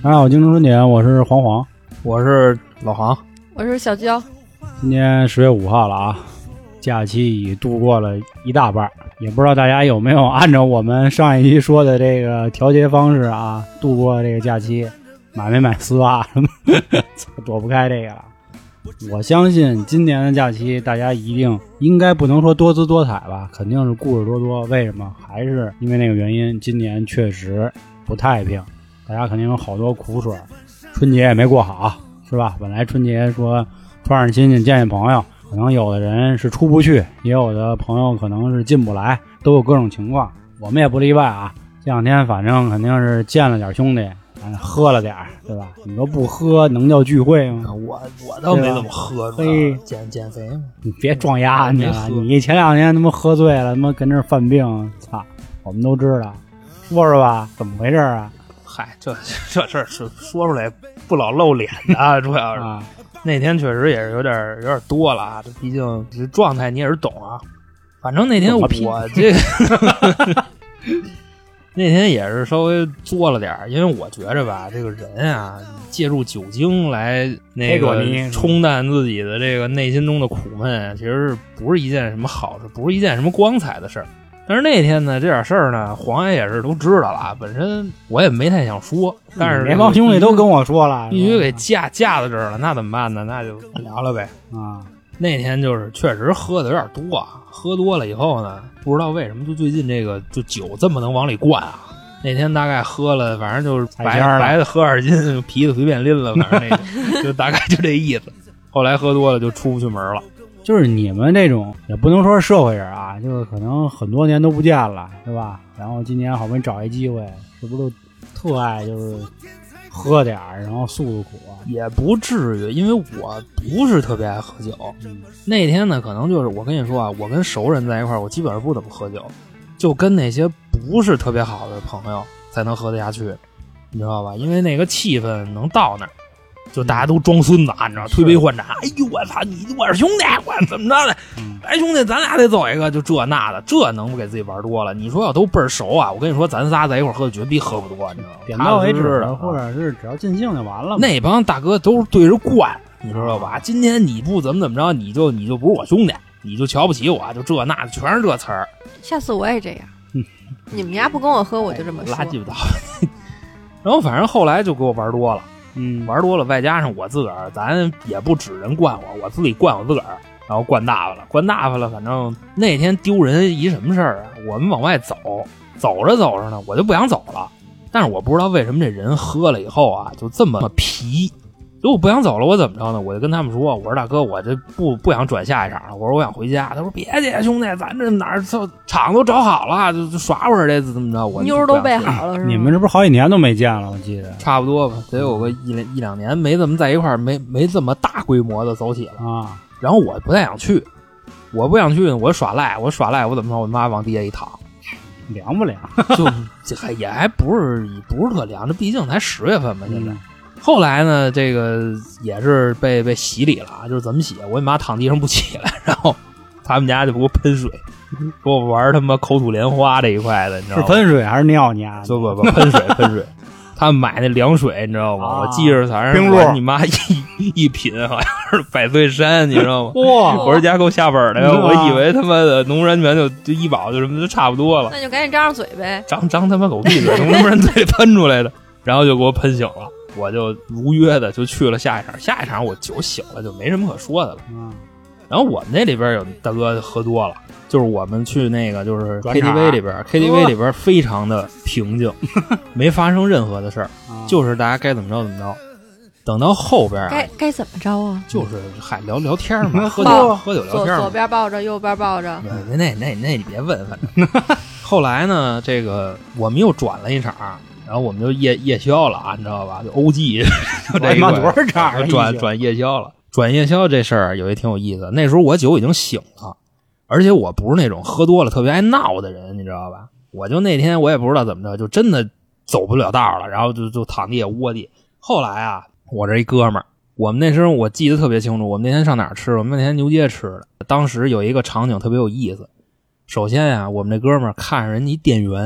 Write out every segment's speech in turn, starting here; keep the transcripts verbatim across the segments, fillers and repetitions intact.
大家好，京城春节，我是黄黄， 我是老杭， 我是小娇。 今天十月五号了啊，假期已度过了一大半，也不知道大家有没有按照我们上一期说的这个调节方式啊度过这个假期，买没买丝袜什么躲不开这个了。我相信今年的假期大家一定应该不能说多姿多彩吧，肯定是故事多多。为什么？还是因为那个原因，今年确实不太平，大家肯定有好多苦水，春节也没过好，是吧？本来春节说串上亲戚见见朋友，可能有的人是出不去，也有的朋友可能是进不来，都有各种情况，我们也不例外啊。这两天反正肯定是见了点兄弟，喝了点对吧？你说不喝能叫聚会吗？ 我我倒没怎么喝， 嘿， 减减肥嘛。 你别装丫你啊！你前两天他妈喝醉了，他妈跟这犯病，操！我们都知道，说说吧，怎么回事啊？ 嗨，这这事儿是说出来不老露脸的、啊，主要是、啊、那天确实也是有点有点多了啊。这毕竟这状态你也是懂啊。反正那天我这个。那天也是稍微作了点，因为我觉着吧，这个人啊，借助酒精来那个冲淡自己的这个内心中的苦闷，其实是不是一件什么好事，不是一件什么光彩的事儿。但是那天呢，这点事儿呢，黄爷也是都知道了，本身我也没太想说，但是那帮兄弟都跟我说了， 必须给架架到这儿了，那怎么办呢？那就聊聊呗。 啊， 那天就是确实喝的有点多啊。喝多了以后呢，不知道为什么就最近这个就酒这么能往里灌啊！那天大概喝了，反正就是白白的喝二斤，啤的随便拎了，反正那就大概就这意思。后来喝多了就出不去门了。 就是你们这种也不能说是社会人啊，就是可能很多年都不见了，是吧？然后今年好不容易找一机会，是不是都特爱就是喝点儿，然后诉诉苦啊？ 也不至于，因为我不是特别爱喝酒。嗯，那天呢，可能就是我跟你说啊，我跟熟人在一块儿，我基本上不怎么喝酒，就跟那些不是特别好的朋友才能喝得下去，你知道吧？因为那个气氛能到那儿，就大家都装孙子，你知道，推杯换盏。哎呦，我操，你我是兄弟，我怎么着的？嗯、哎，兄弟，咱俩得走一个，就这那的，这能不给自己玩多了？你说要都倍儿熟啊，我跟你说，咱仨在一块儿喝，绝逼喝不多，你知道吗？ 点到为止，或者是只要尽兴就完了。 那帮大哥都是对着灌，你知道吧？今天你不怎么怎么着，你就你就不是我兄弟，你就瞧不起我，就这那的，全是这词儿。 下次我也这样。你们家不跟我喝，我就这么说。 垃圾不倒。然后反正后来就给我玩多了， 嗯， 玩多了，外加上我自个儿，咱也不指人灌我，我自己灌我自个儿，然后灌大发了，灌大发了。反正那天丢人一什么事儿啊？我们往外走，走着走着呢，我就不想走了。但是我不知道为什么这人喝了以后啊，就这么皮。如果不想走了，我怎么着呢？我就跟他们说，我说大哥，我这不不想转下一场了，我说我想回家。他说别介，兄弟，咱这哪儿场都找好了，就就耍会儿这怎么着？我妞都备好了是吧？ 你们这不是好几年都没见了？我记得差不多吧，得有个一一两年没怎么在一块儿，没没这么大规模的走起了啊。 然后我不太想去，我不想去，我耍赖，我耍赖，我怎么说？我妈往地下一躺， 凉不凉？ 就这还也还不是不是特凉，这毕竟才十月份嘛，现在。嗯后来呢，这个也是被被洗礼了啊，就是怎么洗？我妈躺地上不起来，然后他们家就给我喷水，给我玩他妈口吐莲花这一块的，你知道吗？ 是喷水还是尿你啊？ 不不不，喷水喷水。他们买那凉水，你知道吗？啊、我记着，反正冰露， 你妈一一品好像是百岁山，你知道吗？ 哇！ 我这家够下本的呀，我以为他妈的农人泉就就医保就什么就差不多了。 那就赶紧张上嘴呗， 张张他妈狗屁嘴，从他妈人嘴里喷出来的，然后就给我喷醒了。我就如约的就去了下一场，下一场我酒醒了，就没什么可说的了。嗯，然后我们那里边有大哥喝多了，就是我们去那个就是 K T V 里边 ，K T V 里边非常的平静，没发生任何的事儿，就是大家该怎么着怎么着。等到后边啊， 该该怎么着啊？ 就是嗨聊聊天嘛，喝酒喝酒聊天嘛， 左边抱着，右边抱着。 那那那那你别问，反正后来呢，这个我们又转了一场。然后我们就夜夜宵了啊，你知道吧？就 O G 就这一块多少场转转夜宵了。转夜宵这事儿有一挺有意思。那时候我酒已经醒了，而且我不是那种喝多了特别爱闹的人，你知道吧？我就那天我也不知道怎么着，就真的走不了道了，然后就就躺地下窝地。后来啊，我这一哥们儿，我们那时候我记得特别清楚，我们那天上哪儿吃？我们那天牛街吃的。当时有一个场景特别有意思。首先呀、啊，我们那哥们儿看着人家一店员。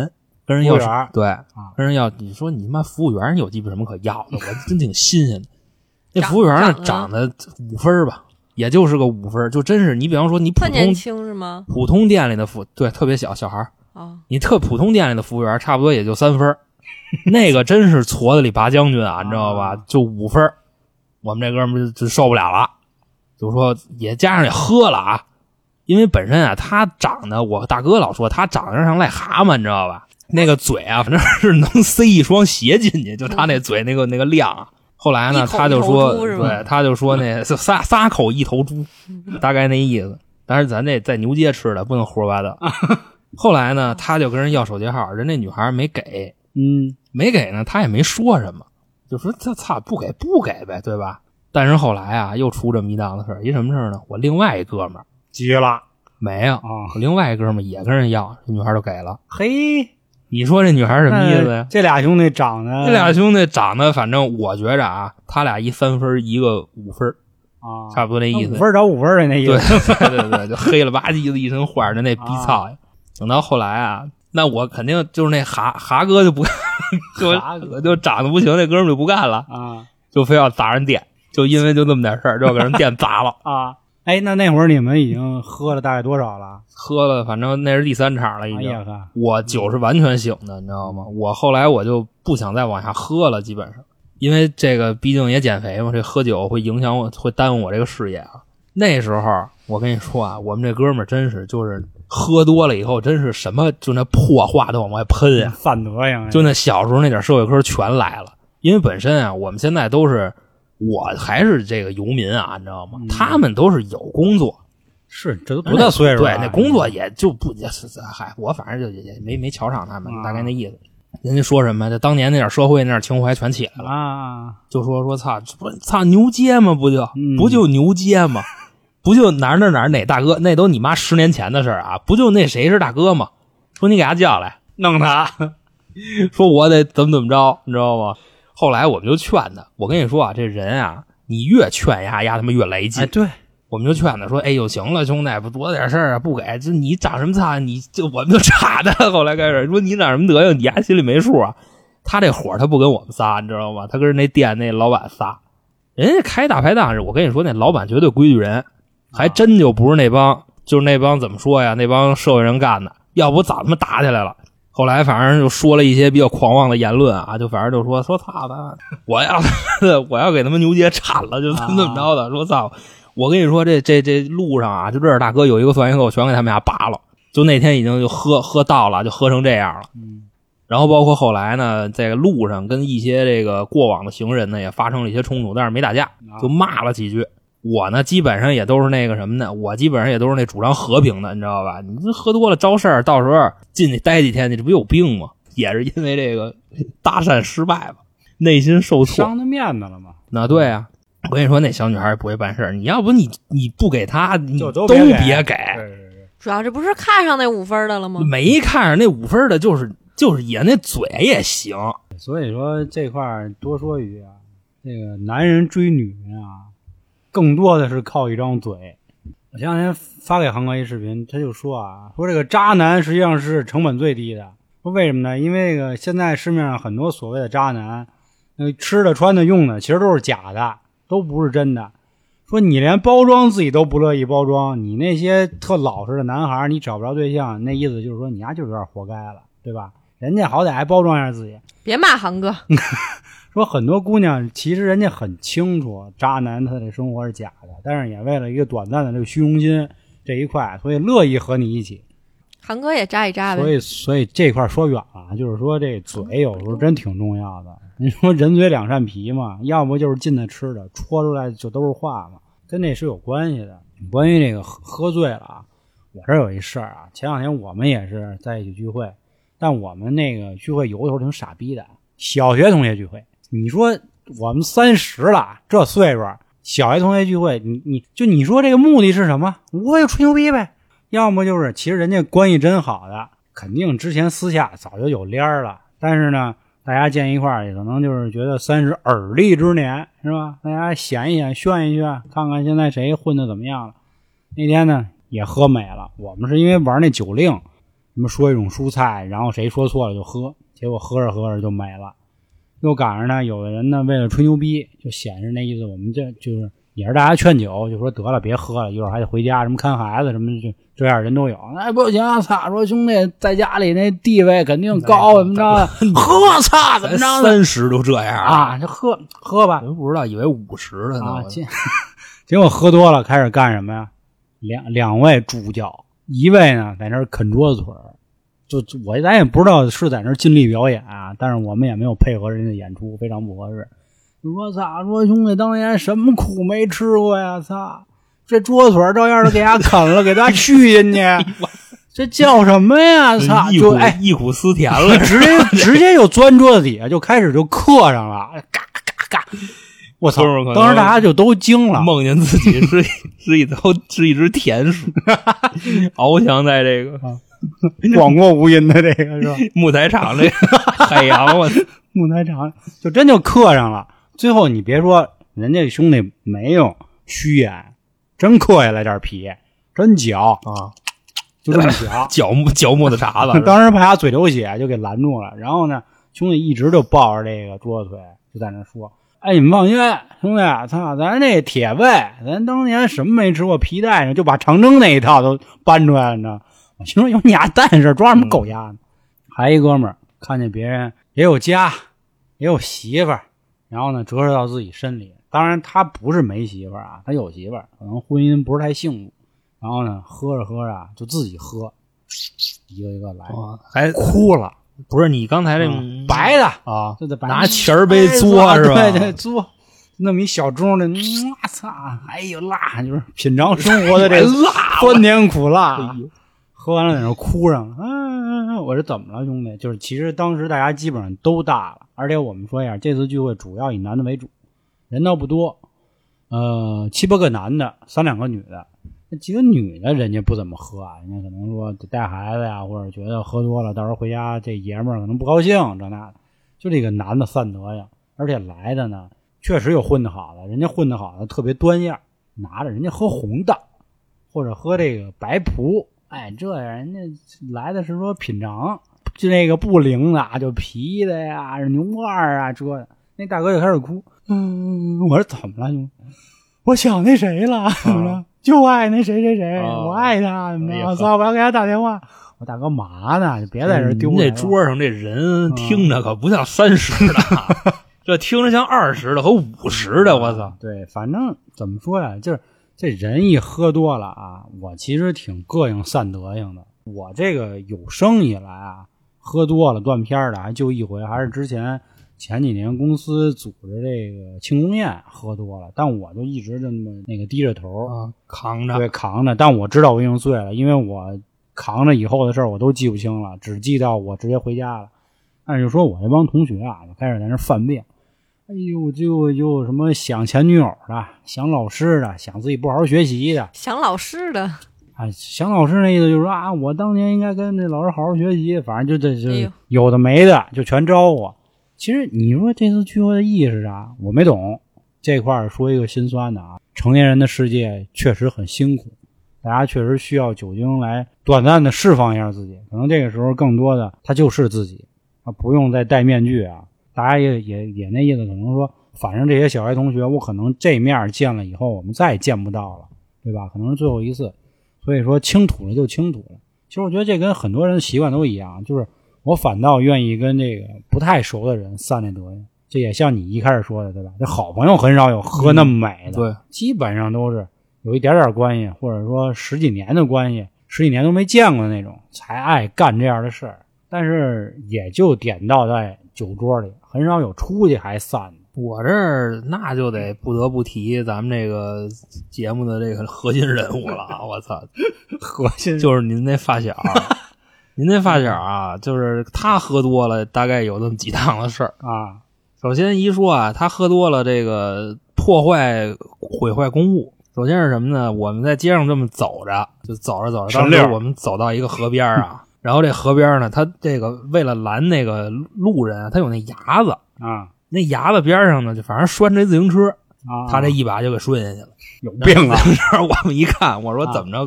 跟人要服务员对、啊，跟人要你说你妈服务员有鸡巴什么可要的？我真挺新鲜的。那服务员呢长得五分吧，也就是个五分，就真是你比方说你普通年轻是吗？ 普通店里的服对特别小小孩啊， 你特普通店里的服务员差不多也就三分，那个真是矬子里拔将军啊，你知道吧？就五分，我们这哥们就受不了了，就说也加上也喝了啊，因为本身啊他长得我大哥老说他长得像癞蛤蟆，你知道吧？那个嘴啊，反正是能塞一双鞋进去，就他那嘴那个那个量啊。后来呢，他就说，对，他就说那仨仨口一头猪，大概那意思。但是咱这在牛街吃的，不能胡说八道。后来呢，他就跟人要手机号，人那女孩没给， 嗯， 没给呢，他也没说什么，就说这操不给不给呗，对吧？但是后来啊，又出这么一档子事儿，一什么事儿呢？我另外一哥们儿急了， 没有啊，我另外一哥们儿也跟人要，这女孩就给了， 嘿。 你说这女孩什么意思呀？ 这俩兄弟长得， 这俩兄弟长得，反正我觉着啊，他俩一三分，一个五分啊， 差不多那意思。 五分找五分的那意思， 对对对对，就黑了吧唧的一身花的那逼操呀。等到后来啊，那我肯定就是那哈哈哥就不就就长得不行，那哥们就不干了啊， 就非要砸人店，就因为就这么点事儿，就要给人店砸了啊。哎，那那会儿你们已经喝了大概多少了？ 喝了，反正那是第三场了已经。 哎呀， 我酒是完全醒的，你知道吗？我后来我就不想再往下喝了，基本上，因为这个毕竟也减肥嘛，这喝酒会影响我，会耽误我这个事业啊。那时候我跟你说啊，我们这哥们儿真是就是喝多了以后，真是什么就那破话都往外喷呀， 犯德行， 就那小时候那点社会科全来了。因为本身啊，我们现在都是。我还是这个游民啊，你知道吗？嗯、他们都是有工作， 是这都多大岁数了？ 对，那工作也就不也是嗨，我反正就也没没瞧上他们， 啊、 大概那意思。人家说什么？这当年那点社会那点情怀全起来了啊！ 就说说操，不操牛街吗？不就、 嗯、 不就牛街吗？不就哪儿哪儿哪儿哪大哥？那都你妈十年前的事儿啊！不就那谁是大哥吗？说你给他叫来弄他， 说我得怎么怎么着，你知道吗？后来我们就劝他，我跟你说啊，这人啊，你越劝呀呀，他妈越来劲。 哎，对， 我们就劝他说，哎呦，行了，兄弟，不多点事儿啊，不给，就你长什么差，你就我们就查他。后来开始说你长什么德行，你丫心里没数啊。他这火他不跟我们仨，你知道吗？他跟那店那老板仨，人家开大排档，我跟你说，那老板绝对规矩人，还真就不是那帮，就是那帮怎么说呀，那帮社会人干的，要不早他妈打起来了。后来反正就说了一些比较狂妄的言论啊，就反正就说说操的，我要我要给他们牛街铲了，就怎么怎么着的。说操，我跟你说这这这路上啊，就这儿大哥有一个算一个，我全给他们家拔了。就那天已经就喝喝到了，就喝成这样了。 嗯， 然后包括后来呢，在路上跟一些这个过往的行人呢也发生了一些冲突，但是没打架，就骂了几句。我呢，基本上也都是那个什么的，我基本上也都是那主张和平的，你知道吧？你这喝多了招事儿，到时候进去待几天，你这不有病吗？也是因为这个搭讪失败吧，内心受挫， 伤他面子了嘛。 那对啊，我跟你说，那小女孩也不会办事儿，你要不你你不给她，你都别给。 别给主要这不是看上那五分的了吗？ 没看上那五分的，就是就是也那嘴也行。 所以说这块儿多说一句啊，这个男人追女人啊。更多的是靠一张嘴。我前两天发给航哥一视频，他就说啊，说这个渣男实际上是成本最低的。说为什么呢？因为这个现在市面上很多所谓的渣男，那个吃的、穿的、用的，其实都是假的，都不是真的。说你连包装自己都不乐意包装，你那些特老实的男孩，你找不着对象，那意思就是说你丫就有点活该了，对吧？人家好歹还包装一下自己。 别骂航哥。 说很多姑娘其实人家很清楚渣男他的生活是假的，但是也为了一个短暂的这个虚荣心这一块，所以乐意和你一起。 航哥也扎一扎呗。 所以所以这块说远了，就是说这嘴有时候真挺重要的。你说人嘴两扇皮嘛，要不就是进的吃的，戳出来就都是话嘛，跟那是有关系的。关于这个喝醉了啊，我这有一事儿啊，前两天我们也是在一起聚会，但我们那个聚会有的时候挺傻逼的，小学同学聚会。你说我们三十了，这岁数，小学同学聚会，你你就你说这个目的是什么？无非就吹牛逼呗，要么就是其实人家关系真好的，肯定之前私下早就有联儿了，但是呢，大家见一块儿也可能就是觉得三十而立之年，是吧？大家显一显，炫一炫，看看现在谁混得怎么样了。那天呢也喝美了，我们是因为玩那酒令， 什么说一种蔬菜，然后谁说错了就喝，结果喝着喝着就没了。又赶上呢，有的人呢为了吹牛逼，就显示那意思，我们这就是也是大家劝酒，就说得了别喝了，一会儿还得回家，什么看孩子什么，就这样人都有。哎，不行，操！说兄弟在家里那地位肯定高，怎么着？喝，操！怎么着？ 三十都这样啊？就喝喝吧， 不知道以为五十了呢。 啊、结, 结果喝多了，开始干什么呀？两两位主角，一位呢在那儿啃桌子腿儿，就我咱也不知道是在那儿尽力表演啊，但是我们也没有配合人家演出，非常不合适。说操，说兄弟当年什么苦没吃过呀？操，这桌子腿照样都给他啃了，给他续进去，这叫什么呀？操，就哎忆苦思甜了， 直接直接就钻桌子底下就开始就刻上了，嘎嘎嘎！我操！当时大家就都惊了， 梦见自己是是一头是一只田鼠，翱翔在这个广阔无垠的这个是吧？ 木材厂这个海洋，我木材厂就真就刻上了。最后你别说人家兄弟没有虚演，真刻下来点皮，真嚼啊， 就这么嚼嚼嚼木的碴子。 当时怕他嘴流血，就给拦住了。然后呢，兄弟一直就抱着这个桌子腿，就在那说：“哎，你们放心，兄弟，操，咱这铁胃，咱当年什么没吃过，皮带上就把长征那一套都搬出来了呢。”我心说有你丫蛋事，抓什么狗丫呢？还一哥们儿看见别人也有家，也有媳妇儿。然后呢，折射到自己身里。当然，他不是没媳妇儿啊，他有媳妇儿，可能婚姻不是太幸福。然后呢，喝着喝着啊，就自己喝，一个一个来， 哦、还哭了。 不是你刚才这、 嗯、白的啊， 就在白拿钱儿杯嘬、哎、是吧？ 对对，嘬，那么一小盅的，我操！哎呦辣，就是品尝生活的这酸甜苦辣。哎呦，喝完了在那哭上了。嗯、啊，我说怎么了，兄弟？就是其实当时大家基本上都大了。而且我们说一下，这次聚会主要以男的为主，人倒不多，呃，七八个男的，三两个女的。那几个女的，人家不怎么喝啊，人家可能说得带孩子呀，或者觉得喝多了，到时候回家这爷们儿可能不高兴，这那的。就这个男的散德呀，而且来的呢，确实有混得好的，人家混得好的特别端样，拿着人家喝红的，或者喝这个白葡，哎，这样人家来的是说品尝。就那个不灵的，就皮的呀，牛二啊，这那大哥就开始哭。嗯，我说怎么了兄弟？我想那谁了？怎么了？就爱那谁谁谁， 哦、 我爱他。怎么着？我操！我要给他打电话。我大哥嘛呢？就别在这丢人了。 这桌上这人听着可不像三十的，嗯、这听着像二十的和五十的。我操！ 对，反正怎么说呀？就是这人一喝多了啊，我其实挺膈应散德行的。我这个有生以来啊。喝多了断片的还就一回，还是之前前几年公司组织这个庆功宴喝多了，但我就一直这么那个低着头啊扛着， 对扛着，但我知道我已经醉了，因为我扛着以后的事儿我都记不清了，只记到我直接回家了。但是就说我这帮同学啊，就开始在那犯病，哎呦就就什么想前女友的，想老师的，想自己不好好学习的， 想老师的。 啊，想老师那意思就是说啊，我当年应该跟这老师好好学习，反正就这就有的没的就全招呼。其实你说这次聚会的意义是啥？我没懂。这块儿说一个心酸的啊，成年人的世界确实很辛苦，大家确实需要酒精来短暂的释放一下自己。可能这个时候更多的他就是自己啊，不用再戴面具啊。大家也也也那意思，可能说，反正这些小学同学，我可能这面见了以后，我们再也见不到了，对吧？可能是最后一次。所以说倾吐了就倾吐了。其实我觉得这跟很多人的习惯都一样，就是我反倒愿意跟这个不太熟的人散那德行。这也像你一开始说的，对吧？这好朋友很少有喝那么美的，嗯、 对， 基本上都是有一点点关系，或者说十几年的关系，十几年都没见过的那种，才爱干这样的事儿。但是也就点到在酒桌里，很少有出去还散的。 我这儿那就得不得不提咱们这个节目的这个核心人物了啊！我操， 核心就是您那发小，您那发小啊，就是他喝多了，大概有这么几趟的事儿啊。 首先一说啊，他喝多了，这个破坏毁坏公物。首先是什么呢？我们在街上这么走着，就走着走着，当时我们走到一个河边啊，然后这河边呢，他这个为了拦那个路人，他有那牙子啊。 那牙子边上呢，就反正拴着自行车， 啊， 他这一把就给顺下去了。 有病啊！ 我们一看，我说怎么着哥？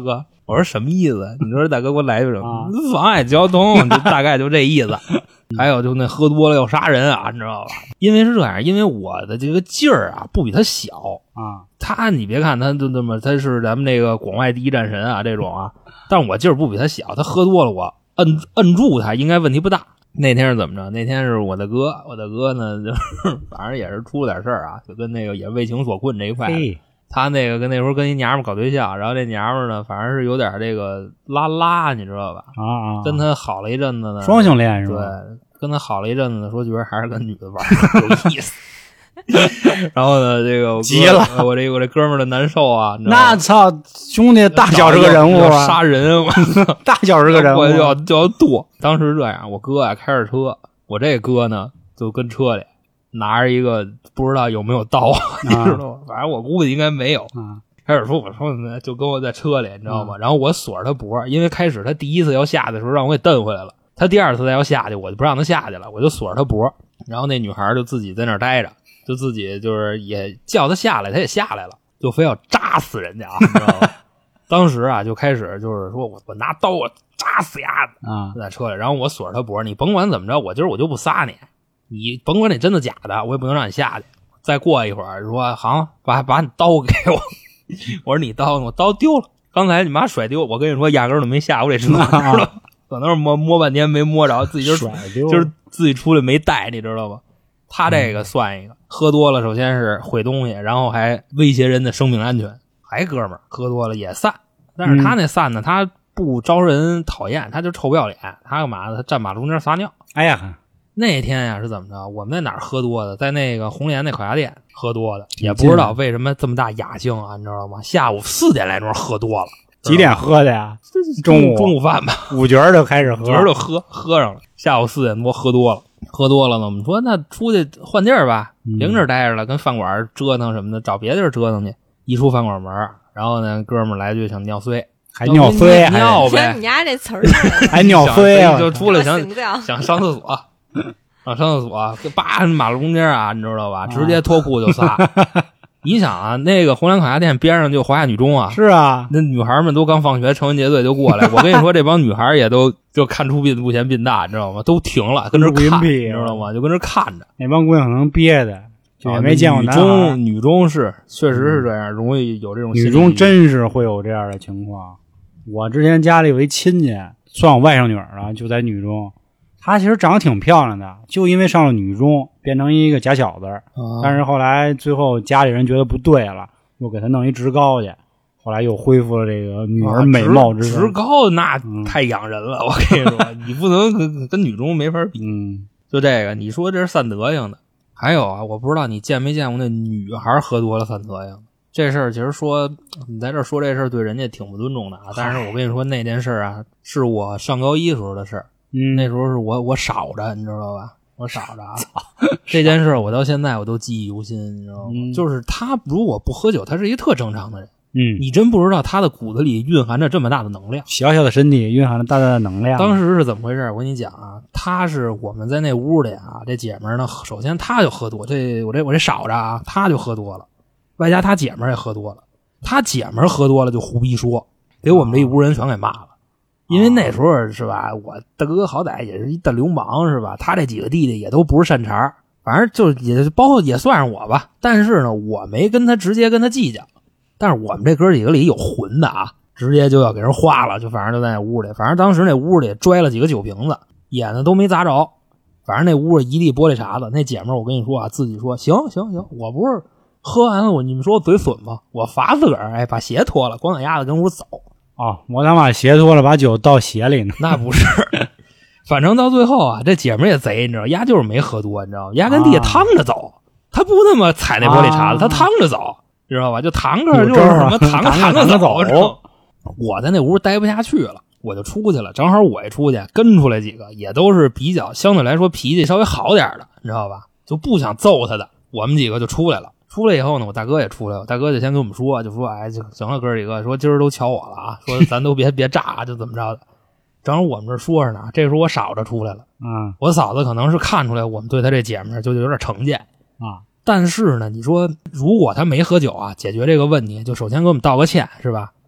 我说什么意思？你说大哥给我来一句什么？妨碍交通，就大概就这意思。还有就那喝多了要杀人啊，你知道吧？因为是这样，因为我的这个劲儿啊不比他小啊。 他你别看他就那么他是咱们这个广外第一战神啊这种啊，但是我劲儿不比他小，他喝多了我摁摁住他应该问题不大。那天是怎么着？那天是我的哥，我的哥呢就是反正也是出了点事儿啊，就跟那个也为情所困这一块。他那个跟那时候跟一娘们搞对象，然后这娘们呢，反正是有点这个拉拉，你知道吧？ 啊， 跟他好了一阵子呢， 双性恋是吧？ 对，跟他好了一阵子呢，说觉得还是跟女的玩有意思。然后呢，这个我急了， 我这我这哥们儿的难受啊！ 那操，兄弟大小是个人物啊， 杀人， 大小是个人物， 我就要就要剁。当时这样，我哥啊开着车，我这哥呢就跟车里。拿着一个不知道有没有刀，你知道吗？反正我估计应该没有。 啊、 开始说我说就跟我在车里，你知道吗？嗯、然后我锁着他脖，因为开始他第一次要下的时候让我给蹬回来了，他第二次再要下去，我就不让他下去了，我就锁着他脖。然后那女孩就自己在那儿待着，就自己就是也叫他下来，他也下来了，就非要扎死人家啊，你知道吗？当时啊就开始就是说我我拿刀我扎死丫的啊， 在车里，然后我锁着他脖，你甭管怎么着，我今儿我就不撒你。你甭管你真的假的，我也不能让你下去。再过一会儿说好，把把你刀给我。我说你刀呢？我刀丢了。刚才你妈甩丢，我跟你说压根儿都没下过这车，知道吗？可能是摸摸半天没摸着，自己就甩丢， 就是自己出来没带，你知道吗？他这个算一个，喝多了首先是毁东西，然后还威胁人的生命安全。还哥们儿喝多了也散，但是他那散呢，他不招人讨厌，他就臭不要脸。他干嘛呢？他站马路中间撒尿。 哎呀！ 那天呀是怎么着？我们在哪儿喝多的？在那个红莲那烤鸭店喝多的，也不知道为什么这么大雅兴啊，你知道吗？下午四点来钟喝多了。 几点喝的呀？中午中午饭吧， 五角就开始喝， 五角就喝喝上了。下午四点多喝多了，喝多了呢，我们说那出去换地儿吧，别跟这儿待着了，跟饭馆折腾什么的，找别地儿折腾去。一出饭馆门，然后呢，哥们儿来句想尿碎。 还尿碎， 尿呗！ 你家这词儿还尿碎啊！ 就出来想想上厕所。啊，上厕所，叭，马路中间啊，你知道吧？直接脱裤就撒。你想啊，那个红蓝烤鸭店边上就华夏女中啊， 是啊， 那女孩们都刚放学，成群结队就过来。我跟你说，这帮女孩也都就看出病不嫌病大，你知道吗？都停了，跟这看，你知道吗？就跟这看着。 那帮姑娘可能憋的，也没见过男孩。 女中，女中是确实是这样，容易有这种。 女中真是会有这样的情况。我之前家里有一亲戚，算我外甥女儿啊，就在女中。她其实长得挺漂亮的，就因为上了女中变成一个假小子、啊、但是后来最后家里人觉得不对了，又给她弄一职高去，后来又恢复了这个女儿美貌之身、 啊、职高那太养人了、嗯、我跟你说你不能跟跟女中没法比。 嗯， 就这个你说这是散德行的。还有啊，我不知道你见没见过那女孩喝多了散德行这事儿，其实说你在这说这事儿对人家挺不尊重的啊。但是我跟你说那件事啊是我上高一时候的事儿。 嗯， 那时候是我我少着，你知道吧？我少着啊。这件事我到现在我都记忆犹新，你知道吗？嗯、就是他如果不喝酒，他是一个特正常的人。 嗯， 你真不知道他的骨子里蕴含着这么大的能量， 小小的身体蕴含着大大的能量。 当时是怎么回事？我跟你讲啊，他是我们在那屋里啊，这姐们儿呢，首先他就喝多，这我这我这少着啊，他就喝多了，外加他姐们儿也喝多了，他姐们儿喝多了就胡逼说，给我们这一屋人全给骂了。因为那时候是吧，我大哥好歹也是一大流氓是吧？他这几个弟弟也都不是善茬，反正就也包括也算上我吧。但是呢，我没跟他直接跟他计较。但是我们这哥几个里有混的啊，直接就要给人花了，就反正就在那屋里。反正当时那屋里拽了几个酒瓶子，眼呢都没砸着。反正那屋里一地玻璃碴子。那姐们儿，我跟你说啊，自己说行行行，我不是喝完了我你们说我嘴损吗？我罚自个儿，哎，把鞋脱了，光脚丫子跟屋走。 哦，我他妈鞋脱了，把酒倒鞋里呢。 那不是，反正到最后啊，这姐们也贼，你知道，丫就是没喝多，你知道吗？丫跟地下趟着走，他、啊、不那么踩那玻璃碴子，他、啊、趟着走，知道吧？就堂个就是什么堂个堂着走。走我在那屋待不下去了，我就出去了。正好我一出去，跟出来几个，也都是比较相对来说脾气稍微好点的，你知道吧？就不想揍他的，我们几个就出来了。出来以后呢，我大哥也出来了，大哥就先跟我们说，就说哎，就行了，哥几个，说今儿都瞧我了啊，说咱都别别炸，就怎么着的。正好我们这说着呢，这时候我嫂子出来了， 嗯， 我嫂子可能是看出来我们对他这姐们就有点成见啊。 但是呢，你说如果他没喝酒啊，解决这个问题，就首先给我们道个歉，是吧？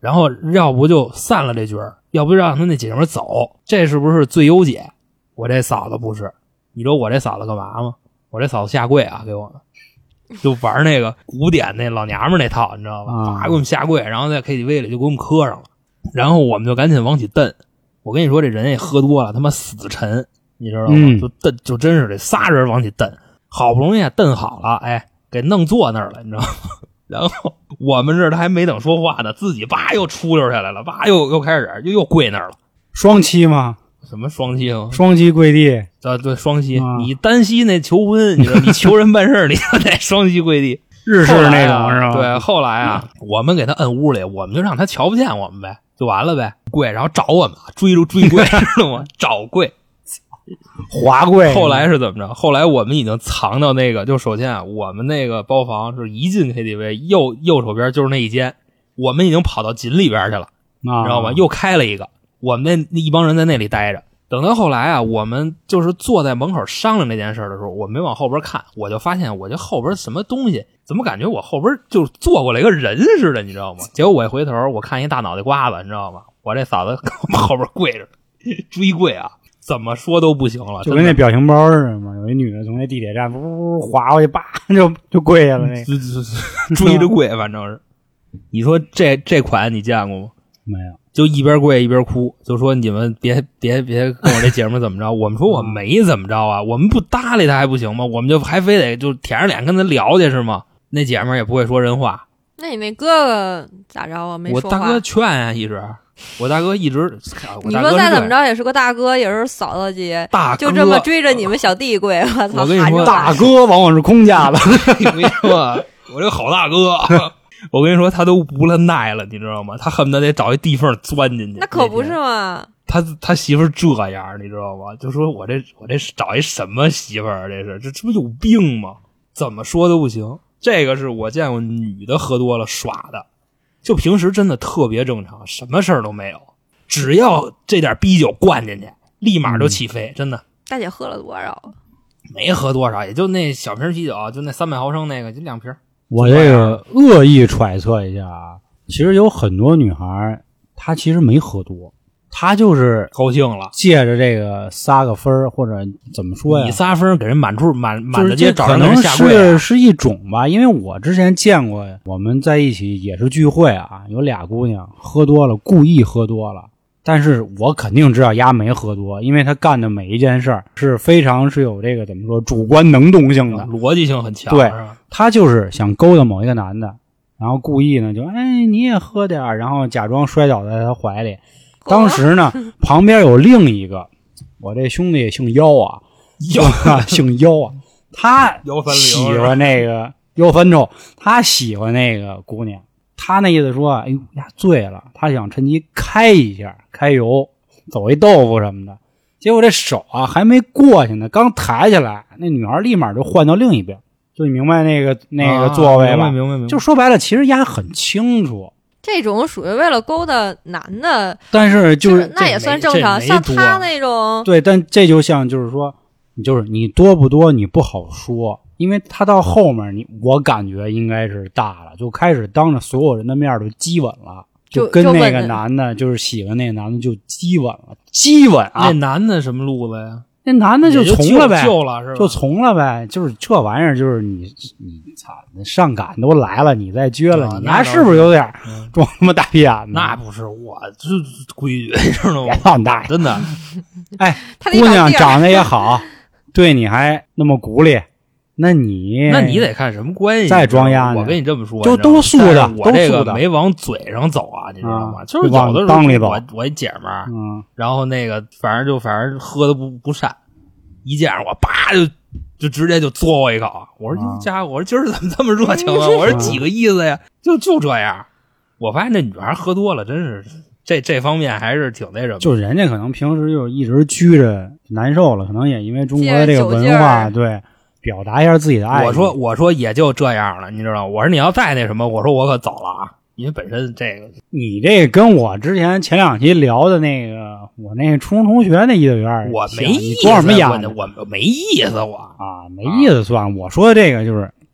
然后要不就散了这局儿，要不就让他那姐们走，这是不是最优解？我这嫂子不是，你知道我这嫂子干嘛吗？我这嫂子下跪啊，给我们就玩那个古典那老娘们那套，你知道吧？ 啊， 给我们下跪，然后在 K T V 里就给我们磕上了，然后我们就赶紧往起蹬。我跟你说，这人也喝多了，他妈死沉，你知道吗？ 嗯、 就蹬，就真是这仨人往起蹬，好不容易蹬好了，哎，给弄坐那儿了，你知道吗？然后我们这他还没等说话呢，自己叭又出溜下来了，叭又又开始又又跪那儿了。 双膝吗？ 什么双膝啊？ 双膝跪地啊，对，双膝。 啊、 你单膝那求婚，你知道，你求人办事你就得双膝跪地， 日式那种、啊、是吧？ 对，后来啊，我们给他摁屋里，我们就让他瞧不见我们呗，就完了呗。跪，然后找我们，追着追跪，知道吗？找跪。 滑跪。 后来是怎么着？后来我们已经藏到那个，就首先啊，我们那个包房是一进 K T V 右右手边就是那一间，我们已经跑到井里边去了， 啊、 知道吗？又开了一个，我们那一帮人在那里待着。等到后来啊，我们就是坐在门口商量这件事的时候，我没往后边看，我就发现我这后边什么东西，怎么感觉我后边就坐过来一个人似的，你知道吗？结果我一回头，我看一大脑袋瓜子，你知道吗？我这嫂子往后边跪着追跪啊。怎么说都不行了， 就跟那表情包似的嘛。有一女的从那地铁站呜滑过去，叭就就跪下了，那个追着跪，反正是。你说这这款你见过吗？ 没有， 就一边跪一边哭，就说你们别别别跟我这姐们怎么着。我们说我没怎么着啊，我们不搭理他还不行吗？我们就还非得就舔着脸跟他聊去是吗？那姐们也不会说人话。 那你那哥哥咋着啊？没说话。 我大哥劝啊，一直。我大哥一直， 你说再怎么着也是个大哥，也是嫂子级， 大哥就这么追着你们小弟跪，我操！ 我跟你说， 大哥往往是空架子。 我跟你说，我这个好大哥，我跟你说，他都无了奈了，你知道吗？他恨不得得找一地缝钻进去。 那可不是嘛！ 他他媳妇儿这样，你知道吗？就说我这我这找一什么媳妇儿？这是这这不有病吗？怎么说都不行。这个是我见过女的喝多了耍的。就平时真的特别正常，什么事儿都没有，只要这点逼酒灌进去，立马就起飞，嗯、真的。 大姐喝了多少？ 没喝多少，也就那小瓶啤酒，就那三百毫升那个，就两瓶。 我这个恶意揣测一下啊，其实有很多女孩，她其实没喝多，她就是高兴了， 借着这个撒个分或者怎么说呀？ 你撒分给人满处满满的街找人可能下跪、啊、 是是一种吧，因为我之前见过，我们在一起也是聚会啊，有俩姑娘喝多了，故意喝多了，但是我肯定知道丫没喝多，因为她干的每一件事儿是非常是有这个怎么说主观能动性的， 嗯、逻辑性很强。 对，她就是想勾搭某一个男的，然后故意呢就哎你也喝点，然后假装摔倒在他怀里。当时呢，旁边有另一个，我这兄弟姓妖啊， 妖啊，姓妖啊，他喜欢那个妖翻臭，他喜欢那个姑娘，他那意思说，哎呦呀醉了，他想趁机开一下，开油，走一豆腐什么的。结果这手啊还没过去呢，刚抬起来，那女孩立马就换到另一边，就你明白那个那个座位吧？ 啊、明白明白明白。 就说白了，其实丫很清楚。 这种属于为了勾搭男的， 但是就是、 就是、那也算正常。像他那种， 对，但这就像就是说，你就是你多不多你不好说，因为他到后面你我感觉应该是大了，就开始当着所有人的面就激吻了， 就跟那个男的，就是喜欢那个男的就激吻了，激吻啊！ 那男的什么路子呀？ 那男的就从了呗， 就了是吧？ 就从了呗，就是这玩意儿，就是你你操，上赶都来了，你再撅了， 啊、 你还是不是有点装他妈大屁眼子？ 那不是，我这规矩，你知道吗？ 放大真的， 哎，姑娘长得也好，对你还那么鼓励，那你那你得看什么关系？ 再装丫呢？ 我跟你这么说， 就都素的， 我这个没往嘴上走啊，你知道吗？ 啊、 就是有的时候我我我一姐们儿， 嗯， 然后那个反正就反正喝的不不善。一见着我，叭就就直接就嘬我一口。我说：“这家伙，我说今儿怎么这么热情啊？我说几个意思呀？就就这样。”我发现这女孩喝多了，真是这这方面还是挺那什么。 就人家可能平时就一直拘着难受了，可能也因为中国的这个文化，对表达一下自己的爱。 我说我说也就这样了，你知道吗？我说你要再那什么，我说我可走了啊。因为本身这个， 你这跟我之前前两期聊的那个，我那个初中同学那意思有点， 我没意思， 你装什么眼？ 我没意思，我啊，没意思算。我说的这个就是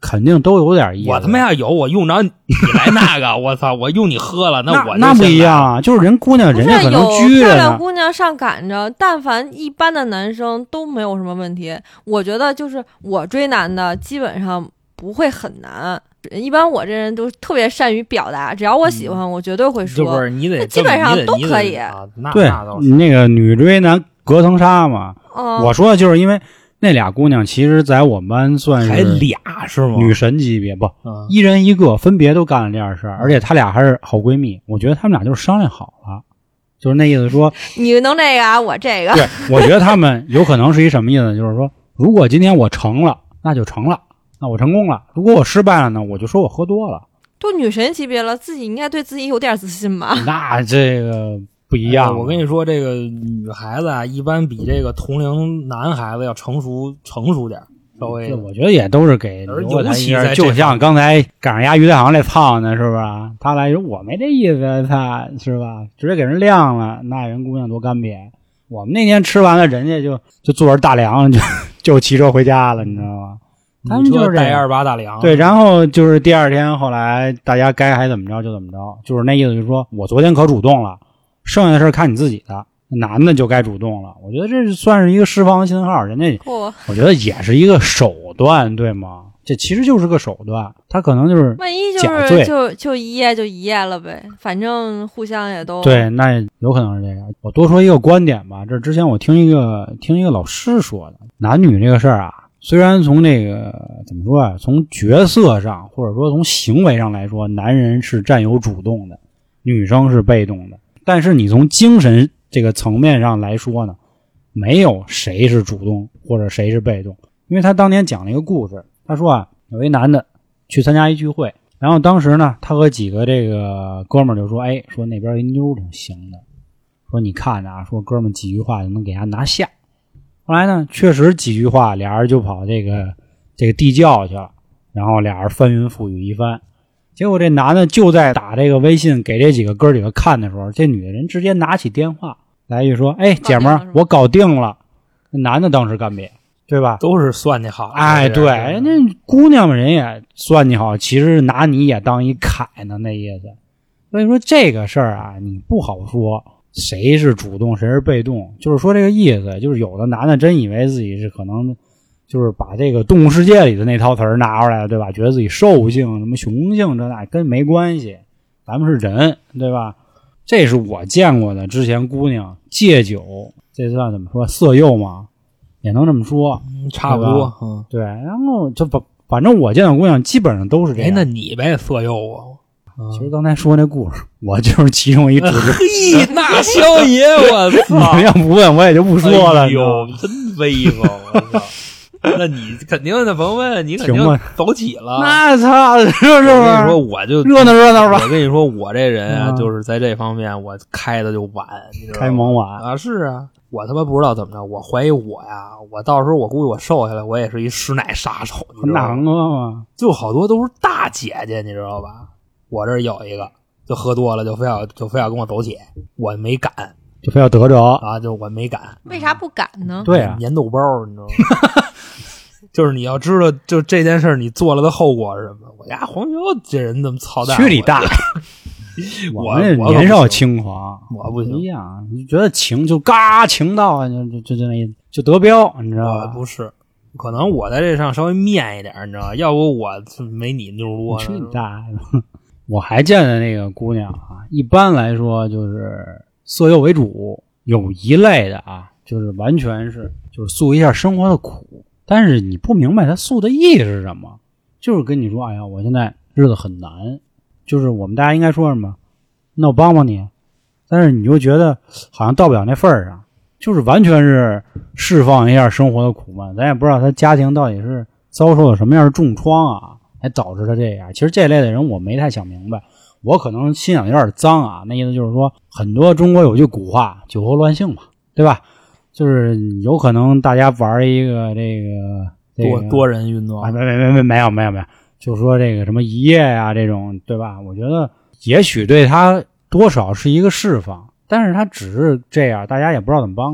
肯定都有点意思。 我他妈要有，我用着你来那个，我操，我用你喝了， 那我那不一样啊！就是人姑娘，人家可能拘着呢。 漂亮姑娘上赶着，但凡一般的男生都没有什么问题。我觉得就是我追男的，基本上不会很难。一般我这人都特别善于表达，只要我喜欢，嗯、我绝对会说。 就不是你得基本上都可以。 啊、那对， 那那个女追男隔层纱嘛。 嗯、 我说的就是因为那俩姑娘，其实在我们班算是还俩是吗？ 女神级别不、 嗯， 一人一个，分别都干了这样事儿，而且她俩还是好闺蜜。我觉得她们俩就是商量好了，就是那意思说， 你能这个啊，我这个。 对，我觉得他们有可能是一什么意思，就是说，如果今天我成了，那就成了。那我成功了，如果我失败了呢，我就说我喝多了。 都女神级别了，自己应该对自己有点自信吧？ 那这个不一样、 哎。我跟你说，这个女孩子啊，一般比这个同龄男孩子要成熟成熟点，稍微。 我觉得也都是给尤其在就像刚才赶上丫鱼太行那胖子是吧？他来说我没这意思，他是吧？直接给人晾了，那人姑娘多干瘪。我们那天吃完了，人家就就坐着大梁就就骑车回家了，你知道吗？他们就是带二八大梁， 对，然后就是第二天，后来大家该还怎么着就怎么着，就是那意思，就是说我昨天可主动了，剩下的事看你自己的，男的就该主动了。我觉得这算是一个释放信号，人家我觉得也是一个手段，对吗？这其实就是个手段，他可能就是万一就是就就一夜就一夜了呗，反正互相也都对，那有可能是这样。我多说一个观点吧，这之前我听一个听一个老师说的，男女这个事儿啊。虽然从这个怎么说啊，从角色上或者说从行为上来说，男人是占有主动的，女生是被动的。但是你从精神这个层面上来说呢，没有谁是主动或者谁是被动。因为他当年讲了一个故事，他说啊，有一男的去参加一聚会，然后当时呢，他和几个这个哥们儿就说，哎，说那边一妞挺行的，说你看啊，说哥们儿几句话就能给他拿下。后来呢，确实几句话，俩人就跑这个这个地窖去了，然后俩人翻云覆雨一番。结果这男的就在打这个微信给这几个哥几个看的时候，这女的人直接拿起电话来一句说：“哎，姐们儿，我搞定了。”那男的当时干瘪，对吧？ 都是算计好。 哎，对，人家姑娘们人也算计好，其实拿你也当一凯呢，那意思。所以说这个事儿啊，你不好说。谁是主动谁是被动，就是说这个意思，就是有的男的真以为自己是可能就是把这个动物世界里的那套词儿拿出来了，对吧？觉得自己兽性什么雄性这那跟没关系，咱们是人，对吧？这是我见过的之前姑娘借酒，这算怎么说色诱吗？也能这么说， 嗯、差不多，嗯， 对。然后就反反正我见到姑娘基本上都是这样。 哎，那你呗色诱啊？ 其实刚才说那故事，我就是其中一主角。 嘿，那萧爷，我操！ 你们要不问，我也就不说了。 哎呦，真威风！我操！那你肯定的，朋友们，你肯定走起了。 那操，是不是？ 我跟你说，我就热闹热闹吧。 我跟你说，我这人啊，就是在这方面我开的就晚，你知道吗？ 开蒙晚啊，是啊。我他妈不知道怎么着，我怀疑我呀，我到时候我估计我瘦下来，我也是一师奶杀手，你知道吗？ 难吗？ 就好多都是大姐姐，你知道吧？我这有一个，就喝多了，就非要就非要跟我走起，我没敢， 就非要得着啊，就我没敢。 为啥不敢呢？ 对啊， 粘豆包，你知道吗？就是你要知道，就这件事你做了的后果是什么？我家黄牛这人怎么操蛋？ 去你大！我那年少轻狂， 我不行一样。你觉得情就嘎情到，就就就那就得标，你知道吧？ 不是。可能我在这上稍微面一点，你知道吧？要不我没你妞多。 去你大爷！我还见的那个姑娘啊，一般来说就是色诱为主，有一类的啊，就是完全是就是诉一下生活的苦，但是你不明白她诉的意是什么，就是跟你说，哎呀，我现在日子很难，就是我们大家应该说什么？那我帮帮你，但是你就觉得好像到不了那份儿上。就是完全是释放一下生活的苦闷，咱也不知道他家庭到底是遭受了什么样的重创啊，才导致他这样。其实这类的人我没太想明白，我可能心想有点脏啊，那意思就是说，很多中国有句古话，酒后乱性嘛，对吧？就是有可能大家玩一个这个、这个、 多多人运动啊，没没没没没有没有没有，就说这个什么一夜啊这种，对吧？我觉得也许对他多少是一个释放。但是他只是这样，大家也不知道怎么帮他。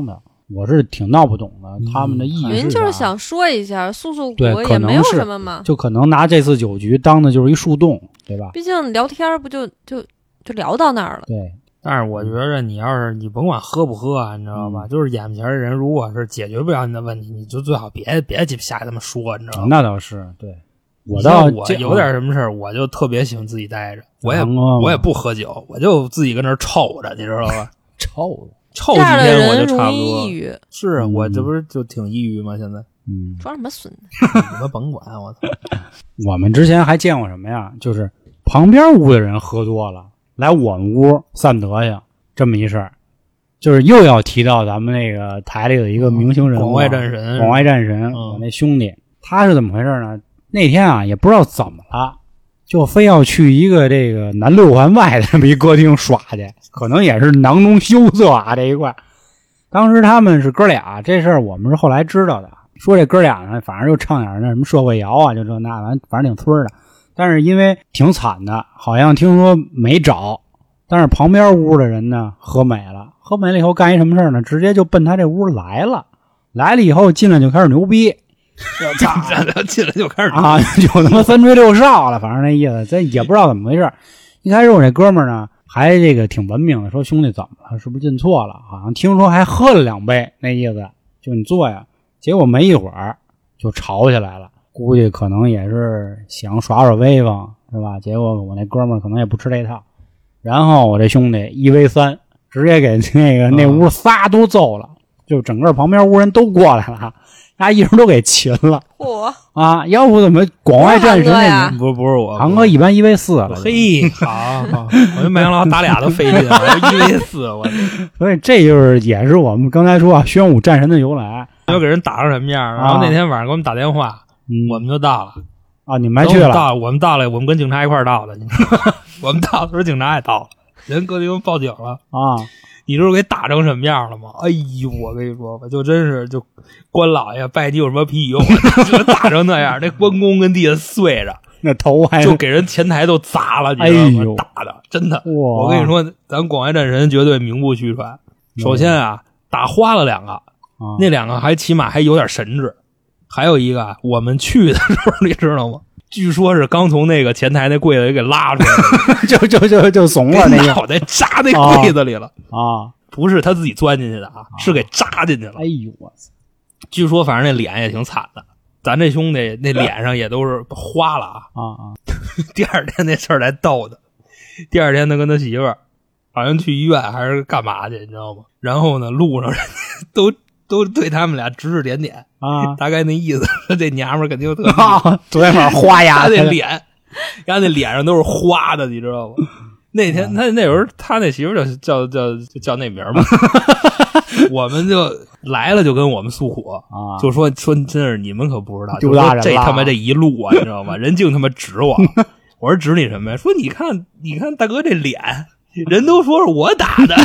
我是挺闹不懂的，嗯、他们的意思。 人就是想说一下，诉诉苦也没有什么嘛， 就可能拿这次酒局当的就是一树洞，对吧？ 毕竟聊天不就就就聊到那儿了。 对， 但是我觉得你要是你甭管喝不喝啊，你知道吧？嗯、就是眼前的人，如果是解决不了你的问题，你就最好别别瞎他们说，你知道吗？ 那倒是，对。我倒我有点什么事儿，我就特别喜欢自己待着，我也我也不喝酒，我就自己跟那儿臭着，你知道吧？ 臭着。 臭几天我就差不多。 抑郁是我这不是就挺抑郁吗？现在， 嗯，装什么孙子？ 你们甭管我操！ 我们之前还见过什么呀？就是旁边屋的人喝多了，来我们屋散德行，这么一事儿。就是又要提到咱们那个台里的一个明星人物， 广外战神， 广外战神， 嗯、 我那兄弟，他是怎么回事呢？那天啊，也不知道怎么了。就非要去一个这个南六环外的这么一歌厅耍去，可能也是囊中羞涩啊这一块。当时他们是哥俩，这事儿我们是后来知道的。说这哥俩呢，反正就唱点那什么社会摇啊，就这那完，反正挺村的。但是因为挺惨的，好像听说没找，但是旁边屋的人呢喝美了，喝美了以后干一什么事呢？直接就奔他这屋来了，来了以后进来就开始牛逼。 操！进来就开始啊，就他妈三吹六哨了，反正那意思，这也不知道怎么回事。一开始我这哥们儿呢，还这个挺文明的，说兄弟怎么了？是不是进错了？好像听说还喝了两杯，那意思就你坐呀。结果没一会儿就吵起来了，估计可能也是想耍耍威风，是吧？结果我那哥们儿可能也不吃这套，然后我这兄弟一 v 三，直接给那个那屋仨都揍了，就整个旁边屋人都过来了。他一人都给擒了， 嚯啊！要不怎么广外战神那不不是我， 航哥一般一 v 四了。 嘿，好，好我这麦当劳打俩都费劲，一 v 四，我。 所以这就是也是我们刚才说啊，宣武战神的由来。 就给人打成什么样？然后那天晚上给我们打电话， 啊、 我们就到了。 啊，你们还去了？ 到，我们到了，我们跟警察一块儿到的。你知道吗？我们到的时候，警察也到了，人歌厅报警了啊。 你知道给打成什么样了吗？哎呦，我跟你说吧，就真是就关老爷拜你有什么屁用？就打成那样，那关公跟地下碎着， 那头还就给人前台都砸了，你知道吗？哎、打的真的，我跟你说，咱广外战神绝对名不虚传。首先啊，打花了两个， 啊、 那两个还起码还有点神智，还有一个我们去的时候，你知道吗？据说是刚从那个前台那柜子里给拉出来了， 就就就就怂了，那个脑袋扎那柜子里了啊！ 不是他自己钻进去的啊，是给扎进去了。 哎呦我操！ 据说反正那脸也挺惨的，咱这兄弟那脸上也都是花了啊啊啊！ 第二天那事儿来逗的，第二天他跟他媳妇儿好像去医院还是干嘛去，你知道吗？然后呢，路上人家都都对他们俩指指点点啊， 大概那意思，这娘们儿肯定特啊，昨天晚上花牙， 他那脸，人家那脸上都是花的，你知道吗？那天他那时候他那媳妇叫叫叫叫那名嘛，我们就来了就跟我们诉苦啊， 就说说真是你们可不知道， 就说这他妈这一路啊，你知道吗？人净他妈指我，我说指你什么呀？说你看你看大哥这脸，人都说是我打的。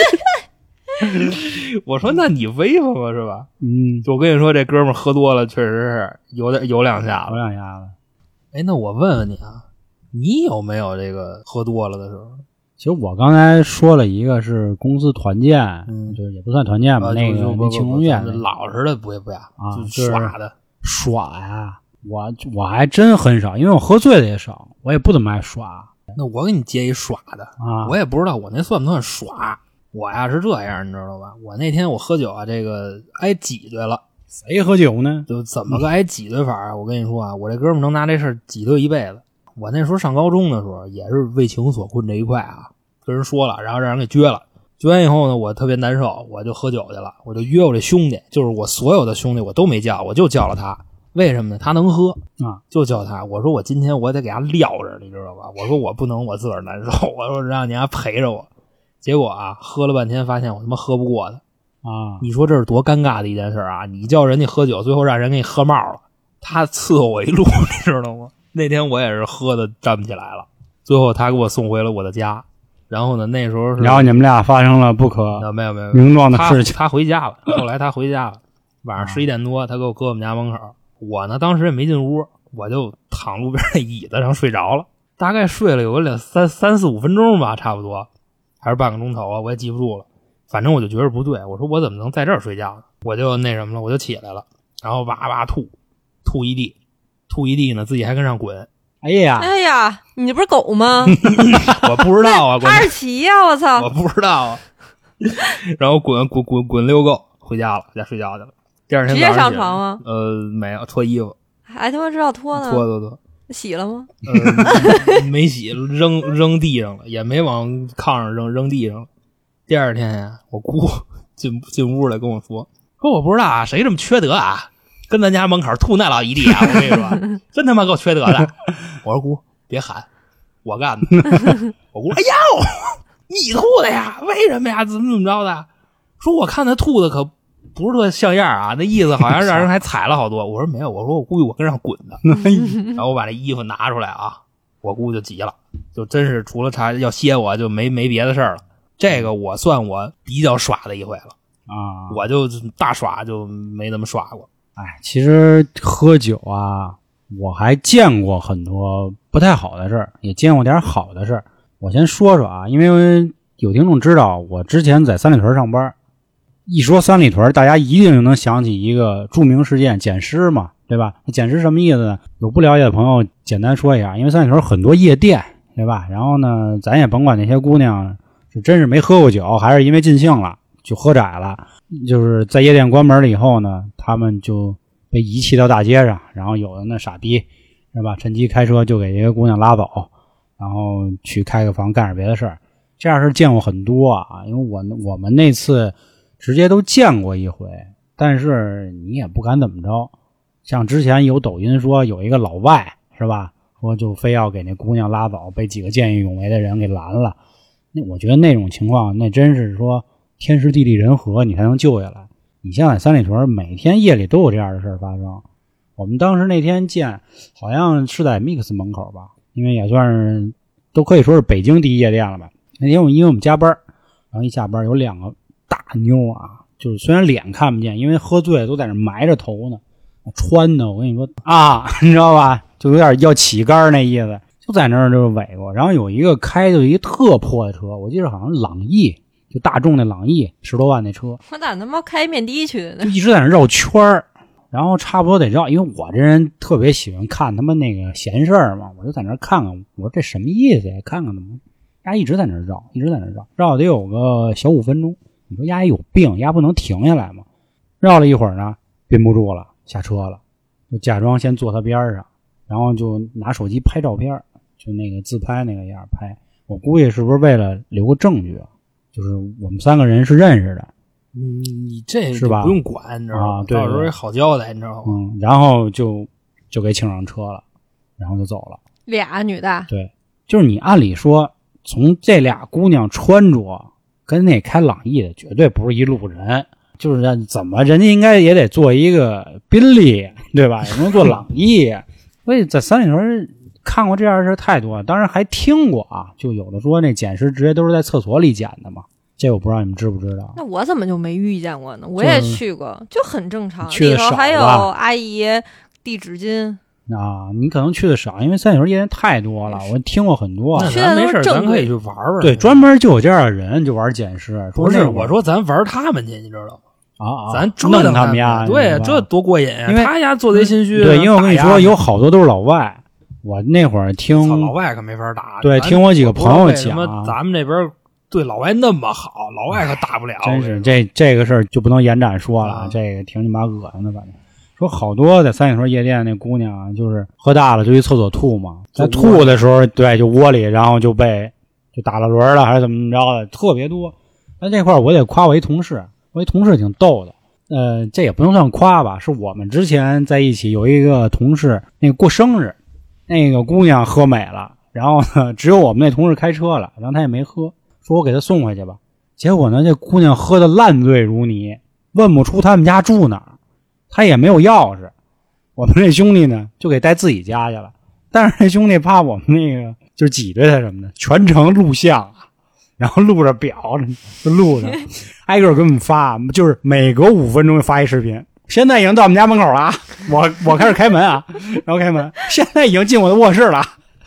我说那你威风啊是吧？ 嗯， 就我跟你说这哥们儿喝多了，确实是有点有两下子， 有两下子。 哎，那我问问你啊，你有没有这个喝多了的时候？ 其实我刚才说了一个是公司团建， 嗯， 就是也不算团建吧， 啊、 那个那庆功宴， 老实的不会不要啊， 就耍的耍呀。我我还真很少，因为我喝醉的也少，我也不怎么爱耍。 那我给你接一耍的啊， 我也不知道我那算不算耍。我呀是这样，你知道吧？我那天我喝酒啊，这个挨挤兑了。 谁喝酒呢？ 就怎么个挨挤兑法啊？我跟你说啊，我这哥们能拿这事儿挤兑一辈子。我那时候上高中的时候，也是为情所困这一块啊，跟人说了，然后让人给撅了。撅完以后呢，我特别难受，我就喝酒去了。我就约我这兄弟，就是我所有的兄弟我都没叫，我就叫了他。为什么呢？他能喝啊， 就叫他。我说我今天我得给他撂着，你知道吧？我说我不能我自个儿难受，我说让你家陪着我。结果啊，喝了半天，发现我他妈喝不过他啊！ 你说这是多尴尬的一件事啊！你叫人家喝酒，最后让人给你喝冒了，他伺候我一路，你知道吗？那天我也是喝的站不起来了，最后他给我送回了我的家。然后呢，那时候是， 然后你们俩发生了不可没有没有名状的事情。 他, 他回家了，后来他回家了，晚上十一点多，他给我搁我们家门口。我呢，当时也没进屋，我就躺路边的椅子上睡着了，大概睡了有个两三三四五分钟吧，差不多。还是半个钟头啊，我也记不住了。 反正我就觉得不对，我说我怎么能在这儿睡觉呢？我就那什么了，我就起来了，然后哇哇吐，吐一地，吐一地呢，自己还跟上滚。 哎呀， 哎呀，你不是狗吗？ 我不知道啊， 二奇呀，我操！ 我不知道啊。然后滚滚滚滚溜够回家了，回家睡觉去了。第二天直接上床吗？ 呃，没有，脱衣服。 还他妈知道脱呢？ 脱脱脱。 洗了吗？ 呃，没洗，扔扔地上了，也没往炕上扔，扔地上了。第二天呀，我姑进进屋来跟我说，说我不知道啊，谁这么缺德啊，跟咱家门口吐那老一地啊！我跟你说，真他妈够缺德的。我说姑，别喊，我干的。我姑，哎呦，你吐的呀？为什么呀？怎么怎么着的？说我看他吐的可不是特像样啊，那意思好像让人还踩了好多。我说没有，我说我估计我跟上滚的。然后我把那衣服拿出来啊，我姑就急了，就真是除了查要歇我就没没别的事儿了。这个我算我比较耍的一回了啊， 我就大耍就没那么耍过。 哎，其实喝酒啊，我还见过很多不太好的事儿，也见过点好的事儿。我先说说啊，因为有听众知道我之前在三里屯上班，一说三里屯，大家一定就能想起一个著名事件——捡尸嘛，对吧？捡尸什么意思呢？有不了解的朋友简单说一下，因为三里屯很多夜店，对吧？然后呢，咱也甭管那些姑娘是真是没喝过酒，还是因为尽兴了就喝窄了，就是在夜店关门了以后呢，他们就被遗弃到大街上，然后有的那傻逼是吧，趁机开车就给一个姑娘拉走，然后去开个房干点别的事儿。这样是见过很多啊，因为我我们那次直接都见过一回，但是你也不敢怎么着。像之前有抖音说有一个老外是吧，说就非要给那姑娘拉走，被几个见义勇为的人给拦了。那我觉得那种情况，那真是说天时地利人和你才能救下来。你像在三里屯每天夜里都有这样的事儿发生。我们当时那天见好像是在 Mix 门口吧，因为也算是都可以说是北京第一夜店了吧。那天我因为我们加班，然后一下班有两个大妞啊，就是虽然脸看不见，因为喝醉了都在那埋着头呢，穿的我跟你说啊，你知道吧，就有点要起杆那意思，就在那儿就尾过。然后有一个开的一个特破的车，我记得好像朗逸，就大众的朗逸十多万那车， 我咋他妈开面的去呢？ 就一直在那绕圈儿，然后差不多得绕，因为我这人特别喜欢看他们那个闲事儿嘛，我就在那看看，我说这什么意思呀？看看怎么，丫一直在那绕，一直在那绕，绕得有个小五分钟。你说丫有病，丫不能停下来吗？绕了一会儿呢，憋不住了，下车了，就假装先坐他边上，然后就拿手机拍照片，就那个自拍那个样拍。我估计是不是为了留个证据啊？就是我们三个人是认识的。 嗯，你这是吧？ 不用管，你知道吗？ 啊，对对对， 到时候也好交代，你知道吗？ 嗯，然后就就给请上车了，然后就走了。 俩女的， 对，就是你按理说，从这俩姑娘穿着跟那开朗逸的绝对不是一路人，就是怎么人家应该也得做一个宾利，对吧？也不能做朗逸。所以在三里屯看过这样的事太多了，当然还听过啊，就有的说那捡尸直接都是在厕所里捡的嘛。这我不知道你们知不知道？ 那我怎么就没遇见过呢？我也去过，就很正常。 去的少吧， 里头还有阿姨递纸巾啊，你可能去的少，因为三里屯夜店太多了，我听过很多。 那咱没事，咱可以去玩玩。 对，专门就有这样的人，就玩捡尸。 不是，我说咱玩他们去，你知道吗？ 啊啊！ 咱折腾他们家， 对，这多过瘾啊！ 因为他家做贼心虚。 对，因为我跟你说，有好多都是老外。我那会儿听老外可没法打。 对，听我几个朋友讲， 咱们这边对老外那么好，老外可打不了。 真是这这个事儿就不能延展说了，啊、这个挺你妈恶心的，反正。说好多在三里屯夜店那姑娘啊，就是喝大了就去厕所吐嘛，在吐的时候，对，就窝里，然后就被就打了轮了，还是怎么着的，特别多。那这块我得夸我一同事，我一同事挺逗的，呃，这也不能算夸吧，是我们之前在一起有一个同事，那个过生日，那个姑娘喝美了，然后呢，只有我们那同事开车了，然后他也没喝，说我给他送回去吧。结果呢，这姑娘喝得烂醉如泥，问不出他们家住哪儿。他也没有钥匙，我们这兄弟呢就给带自己家去了。但是那兄弟怕我们那个就是挤兑他什么的，全程录像，然后录着表就录着，挨个给我们发，就是每隔五分钟就发一视频。现在已经到我们家门口了啊，我我开始开门啊，然后开门，现在已经进我的卧室了，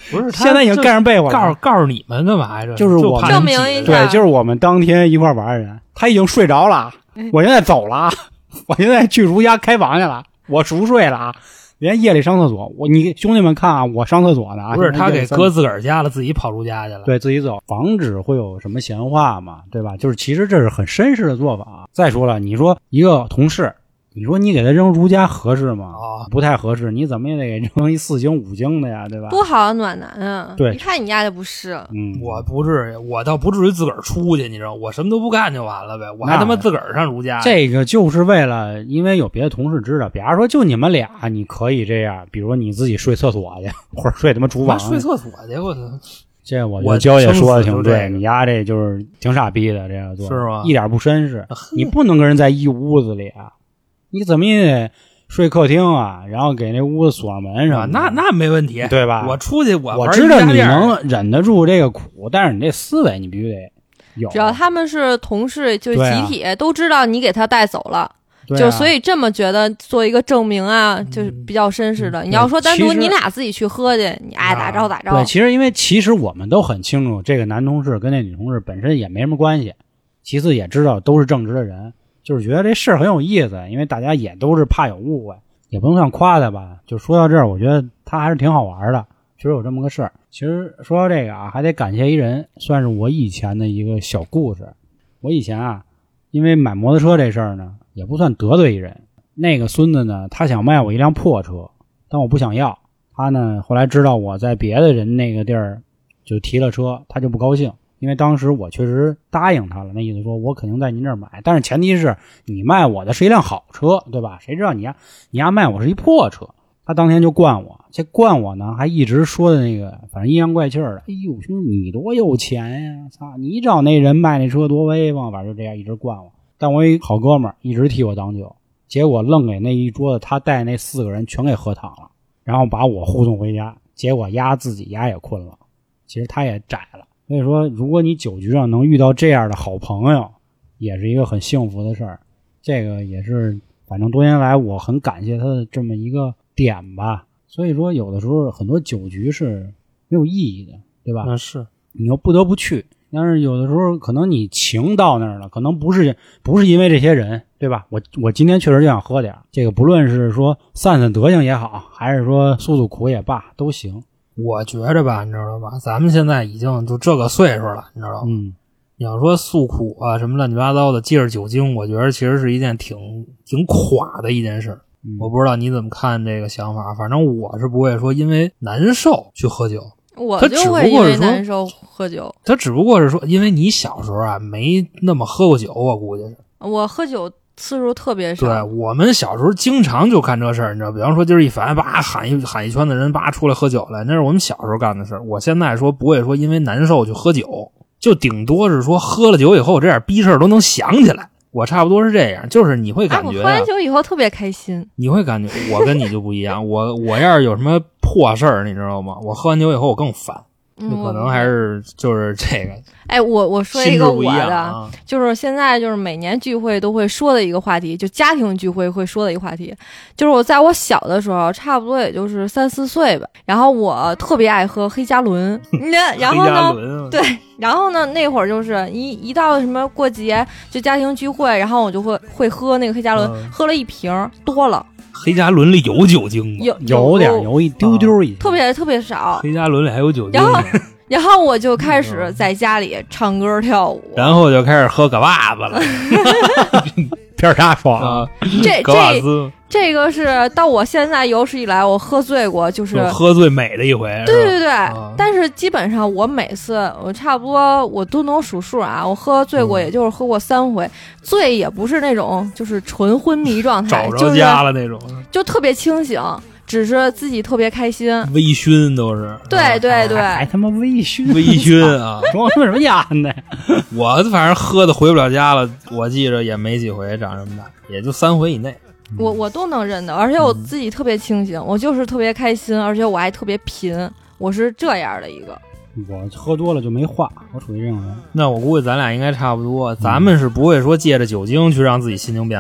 不是， 现在已经盖上被窝了。 告诉告诉你们干嘛呀？ 就是我证明一下， 对，就是我们当天一块玩的人，他已经睡着了，我现在走了，我现在去如家开房去了，我熟睡了啊。连夜里上厕所，我你兄弟们看啊，我上厕所呢啊！ 不是他给搁自个儿家了，自己跑出家去了。 对自己走，防止会有什么闲话嘛，对吧？就是其实这是很绅士的做法。再说了，你说一个同事，你说你给他扔儒家合适吗？ 哦， 不太合适，你怎么也得给扔一四经五经的呀，对吧？ 多好啊，暖男啊！ 对， 一看你家就不是。 嗯， 我不至于，我倒不至于自个儿出去，你知道，我什么都不干就完了呗，我还他妈自个儿上儒家。 这个就是为了，因为有别的同事知道，比方说就你们俩，你可以这样，比如说你自己睡厕所去，或者睡他妈厨房睡厕所去，我操！ 这我就娇姐说的挺对， 这个、 你丫这就是挺傻逼的，这样做是吗？ 一点不绅士，你不能跟人在一屋子里啊。你怎么也得睡客厅啊，然后给那屋子锁上门什么的， 那那没问题， 对吧？ 我出去我我知道你能忍得住这个苦，但是你这思维你必须得有。 只要他们是同事，就集体、 啊、 都知道你给他带走了。 啊、 就所以这么觉得做一个证明啊，嗯、就是比较绅士的。 嗯、 你要说单独你俩自己去喝去，你爱咋着咋着。 对，其实因为其实我们都很清楚，这个男同事跟那女同事本身也没什么关系，其次也知道都是正直的人。就是觉得这事儿很有意思，因为大家也都是怕有误会，也不能算夸他吧。就说到这儿，我觉得他还是挺好玩的，确实有这么个事儿。其实说到这个啊，还得感谢一人，算是我以前的一个小故事。我以前啊，因为买摩托车这事儿呢，也不算得罪一人。那个孙子呢，他想卖我一辆破车，但我不想要。他呢，后来知道我在别的人那个地儿就提了车，他就不高兴。因为当时我确实答应他了，那意思说我肯定在您这儿买，但是前提是你卖我的是一辆好车，对吧？谁知道你呀，你呀卖我是一破车。他当天就惯我，这惯我呢还一直说的那个反正阴阳怪气儿的，哎呦兄弟你多有钱呀，操你找那人卖那车多威风，反正就这样一直惯我。但我一好哥们儿一直替我挡酒，结果愣给那一桌子他带那四个人全给喝躺了，然后把我护送回家，结果丫自己丫也困了，其实他也窄了。所以说如果你酒局上能遇到这样的好朋友，也是一个很幸福的事儿。这个也是反正多年来我很感谢他的这么一个点吧。所以说有的时候很多酒局是没有意义的，对吧？ 那是你又不得不去，但是有的时候可能你情到那儿了，可能不是不是因为这些人，对吧？我我今天确实就想喝点，这个不论是说散散德行也好，还是说诉诉苦也罢，都行。 我觉着吧，你知道吧，咱们现在已经就这个岁数了，你知道吗？ 嗯， 你要说诉苦啊什么乱七八糟的，借着酒精，我觉得其实是一件挺挺垮的一件事。 嗯、 我不知道你怎么看这个想法，反正我是不会说因为难受去喝酒。 我就会因为难受喝酒。 他只不过是说，因为你小时候啊没那么喝过酒，我估计是。 我喝酒次数特别少。 对，我们小时候经常就干这事儿，你知道，比方说今儿一烦，叭喊一喊一圈的人，叭出来喝酒来，那是我们小时候干的事儿。我现在说不会说因为难受去喝酒，就顶多是说喝了酒以后这点逼事儿都能想起来。我差不多是这样，就是你会感觉、啊啊、我喝完酒以后特别开心。 你会感觉我跟你就不一样，我我要是有什么破事儿，你知道吗？我喝完酒以后我更烦。就可能还是就是这个， 哎，我我说一个我的， 啊、 就是现在就是每年聚会都会说的一个话题，就家庭聚会会说的一个话题，就是我在我小的时候，差不多也就是三四岁吧，然后我特别爱喝黑加仑，然后呢，对，然后呢那会儿就是一一到什么过节就家庭聚会，然后我就会会喝那个黑加仑，嗯、喝了一瓶多了。 黑加仑里有酒精吗？ 有有点，有一丢丢一、啊， 特别特别少。 黑加仑里还有酒精。 然后，然后我就开始在家里唱歌跳舞， 然后就开始喝葛袜子了， 片啥爽啊？ 这葛袜子。 这个是到我现在有史以来我喝醉过，就是喝醉美的一回。 对对对、 啊， 但是基本上我每次我差不多我都能数数啊，我喝醉过也就是喝过三回，嗯、醉也不是那种就是纯昏迷状态， 找着家了那种， 就是、就特别清醒。只是自己特别开心， 微醺都是， 对对对， 还他妈微醺， 微醺啊！ 装他妈什么烟呢？ 我反正喝的回不了家了，我记着也没几回长这么大，也就三回以内。 我我都能认得，而且我自己特别清醒，嗯、我就是特别开心，而且我还特别贫，我是这样的一个。 我喝多了就没话，我属于这种人。 那我估计咱俩应该差不多，咱们是不会说借着酒精去让自己心情变好。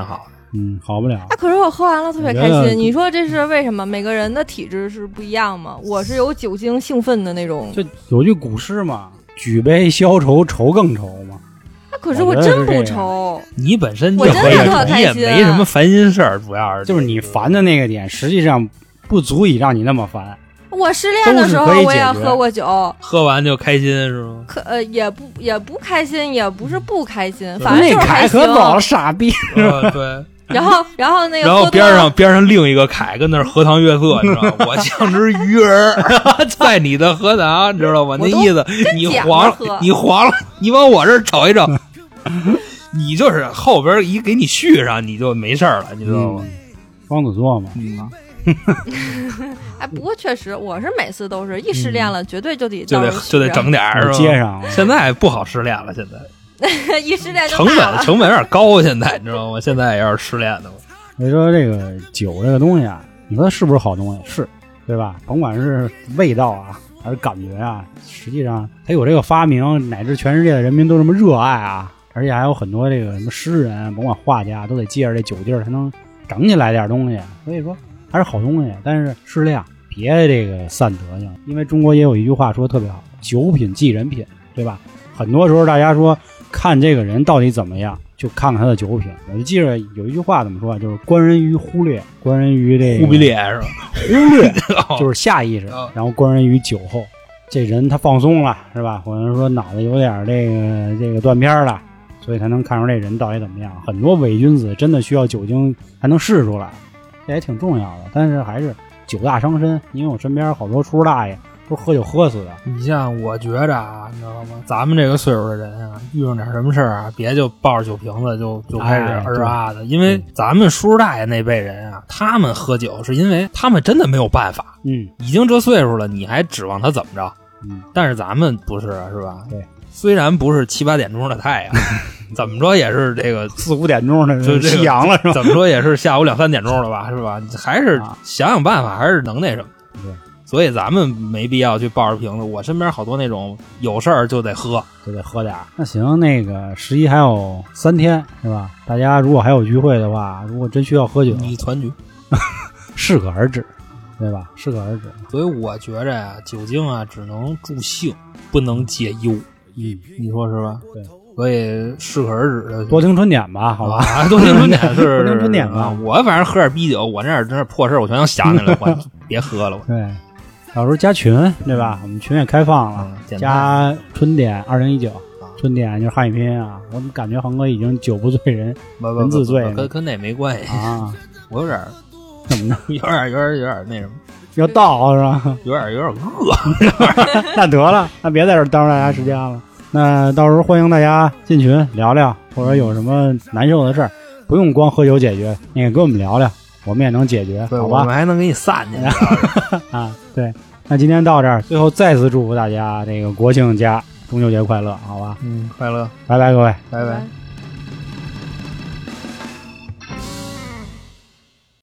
嗯，好不了。 啊，可是我喝完了特别开心。你说这是为什么？每个人的体质是不一样吗？我是有酒精兴奋的那种。 就有句古诗嘛，举杯消愁，愁更愁嘛。 啊，可是我真不愁。 你本身我真的特开心，你也没什么烦心事儿，主要是就是你烦的那个点，实际上不足以让你那么烦。 我失恋的时候我也喝过酒， 喝完就开心是吗？ 可呃也不也不开心，也不是不开心，反正就是还行。 那凯可早傻逼， 呃、对。 然后然后那个， 然后边上边上另一个凯跟那儿荷塘月色，你知道吗？我像只鱼儿在你的荷塘，你知道吗？那意思你黄了，你黄了，你往我这儿瞅一瞅，你就是后边一给你续上，你就没事了，你知道吗？ 双子座嘛。 嗯哎，不过确实，我是每次都是一失恋了，嗯、绝对就得就得就得整点儿接上。 现在不好失恋了，现在一失恋就成本成本有点高，现在你知道吗？现在也要是失恋的。 所以说这个酒这个东西啊，你说是不是好东西？是，对吧？甭管是味道啊，还是感觉啊，实际上它有这个发明，乃至全世界的人民都这么热爱啊，而且还有很多这个什么诗人，甭管画家，都得借着这酒劲儿才能整起来点东西。所以说还是好东西，但是适量，别这个散德性。因为中国也有一句话说得特别好，酒品即人品，对吧？很多时候大家说看这个人到底怎么样，就看看他的酒品。我就记着有一句话怎么说，就是观人于忽略，观人于这个忽必烈是吧？ 忽略就是下意识，然后观人于酒后。这人他放松了是吧？或者说脑子有点这个这个断片了，所以才能看出这人到底怎么样。很多伪君子真的需要酒精才能试出来，这也挺重要的。但是还是酒大伤身，因为我身边好多叔叔大爷都喝酒喝死的。 你像我觉着啊，你知道吗？咱们这个岁数的人啊，遇上点什么事儿啊，别就抱着酒瓶子就就开始儿啊的、哎。因为咱们叔叔大爷那辈人啊，他们喝酒是因为他们真的没有办法， 嗯， 已经这岁数了，你还指望他怎么着？ 嗯， 但是咱们不是，是吧？ 对， 虽然不是七八点钟的太阳，怎么说也是这个四五点钟的就夕阳了，是吧？ 怎么说也是下午两三点钟了吧，是吧？还是想想办法，还是能那什么。 对。 所以咱们没必要去抱着瓶子。我身边好多那种有事儿就得喝， 就得喝点儿。那行，那个十一还有三天是吧？大家如果还有聚会的话，如果真需要喝酒， 你团聚， 适可而止，对吧？适可而止。 所以我觉着呀、啊，酒精啊只能助兴，不能解忧。 嗯， 你说是吧？ 对。 所以适可而止的， 多听春点吧，好吧？ 啊、多听春点是多听春点吧。 我反正喝点啤酒，我那点这破事我全想想起来，我别喝了。我对。到时候加群对吧？我们群也开放了， 嗯、 加春点二零一九，春点就是汉语拼音啊。我怎么感觉恒哥已经酒不醉人人自醉了， 跟跟那没关系啊。 我有点怎么着？ 有点有点有点那什么， 要到是吧？ 有点有点饿。 那得了，那别在这耽误大家时间了。那到时候欢迎大家进群聊聊，或者有什么难受的事儿，不用光喝酒解决，那个跟我们聊聊。我们也能解决，好吧？ 我们还能给你散去啊！对，那今天到这儿，最后再次祝福大家这个国庆加中秋节快乐，好吧？ 嗯，快乐， 拜拜，各位， 拜拜。